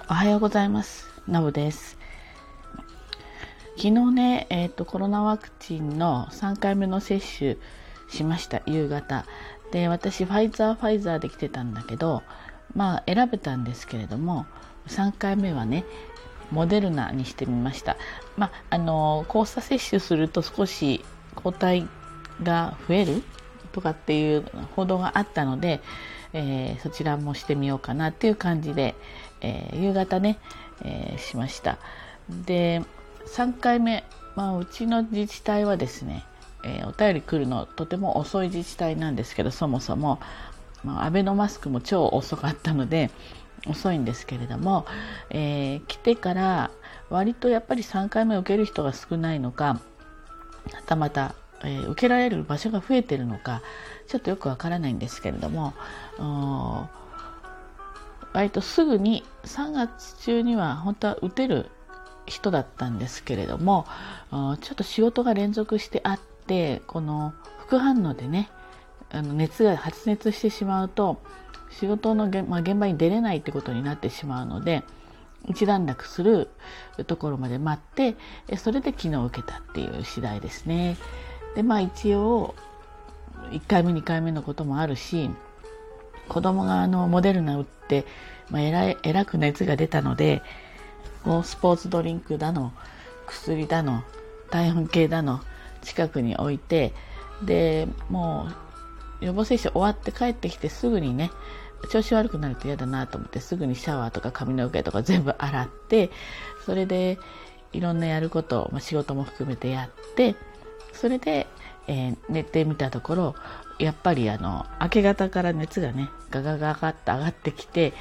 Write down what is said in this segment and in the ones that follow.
おはようございます。なぶです。昨日ね、コロナワクチンの3回目の接種しました。夕方で、私ファイザーで来てたんだけど、選べたんですけれども、3回目はねモデルナにしてみました。交差接種すると少し抗体が増えるとかっていう報道があったので、そちらもしてみようかなっていう感じで、夕方ね、しました。で3回目、うちの自治体はですね、お便り来るのとても遅い自治体なんですけど、そもそも、アベノマスクも超遅かったので遅いんですけれども、来てから割とやっぱり3回目受ける人が少ないのか、また受けられる場所が増えてるのかちょっとよくわからないんですけれども、割とすぐに3月中には本当は打てる人だったんですけれども、ちょっと仕事が連続してあって、この副反応でね、熱が発熱してしまうと仕事の現場に出れないってことになってしまうので、一段落するところまで待って、それで昨日受けたっていう次第ですね。で一応1回目2回目のこともあるし、子供がモデルナ打って、えらく熱が出たので、スポーツドリンクだの薬だの体温計だの近くに置いて、でもう予防接種終わって帰ってきてすぐにね、調子悪くなると嫌だなと思って、すぐにシャワーとか髪の毛とか全部洗って、それでいろんなやることを、仕事も含めてやって、それで、寝てみたところ、やっぱり明け方から熱がねガガガガッと上がってきて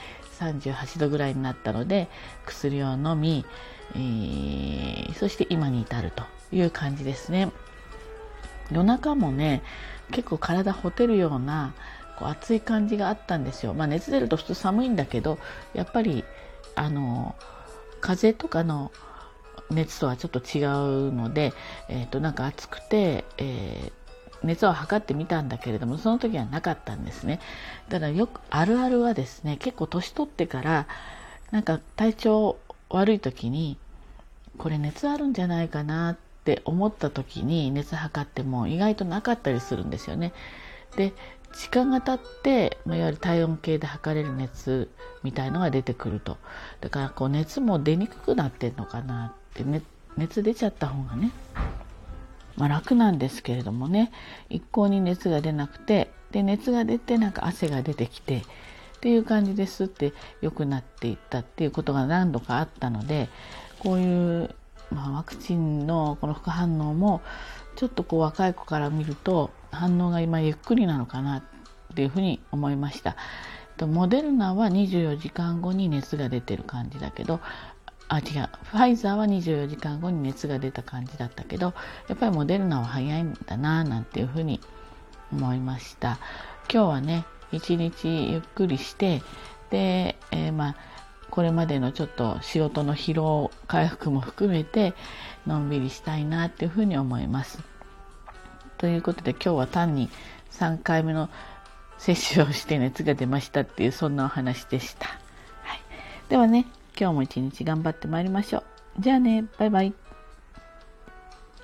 38度ぐらいになったので、薬を飲み、そして今に至るという感じですね。夜中もね結構体ほてるような暑い感じがあったんですよ。熱出ると普通寒いんだけど、やっぱり風邪とかの熱とはちょっと違うので、なんか暑くて、熱を測ってみたんだけれども、その時はなかったんですね。ただよくあるあるはですね、結構年取ってからなんか体調悪い時にこれ熱あるんじゃないかなって思った時に熱測っても意外となかったりするんですよね。で時間が経って、いわゆる体温計で測れる熱みたいのが出てくると、だから熱も出にくくなってんのかなって、熱出ちゃった方がね、楽なんですけれどもね、一向に熱が出なくて、で熱が出てなんか汗が出てきてっていう感じですって良くなっていったっていうことが何度かあったので、こういう、ワクチンのこの副反応もちょっと若い子から見ると反応が今ゆっくりなのかなっていうふうに思いました。モデルナは24時間後に熱が出てる感じだけど、ファイザーは24時間後に熱が出た感じだったけど、やっぱりモデルナは早いんだななんていうふうに思いました。今日はね一日ゆっくりして、で、これまでのちょっと仕事の疲労回復も含めてのんびりしたいなっていうふうに思います。ということで今日は単に3回目の接種をして熱が出ましたっていう、そんなお話でした。はい、ではね、今日も一日頑張ってまいりましょう。じゃあね、バイバイ。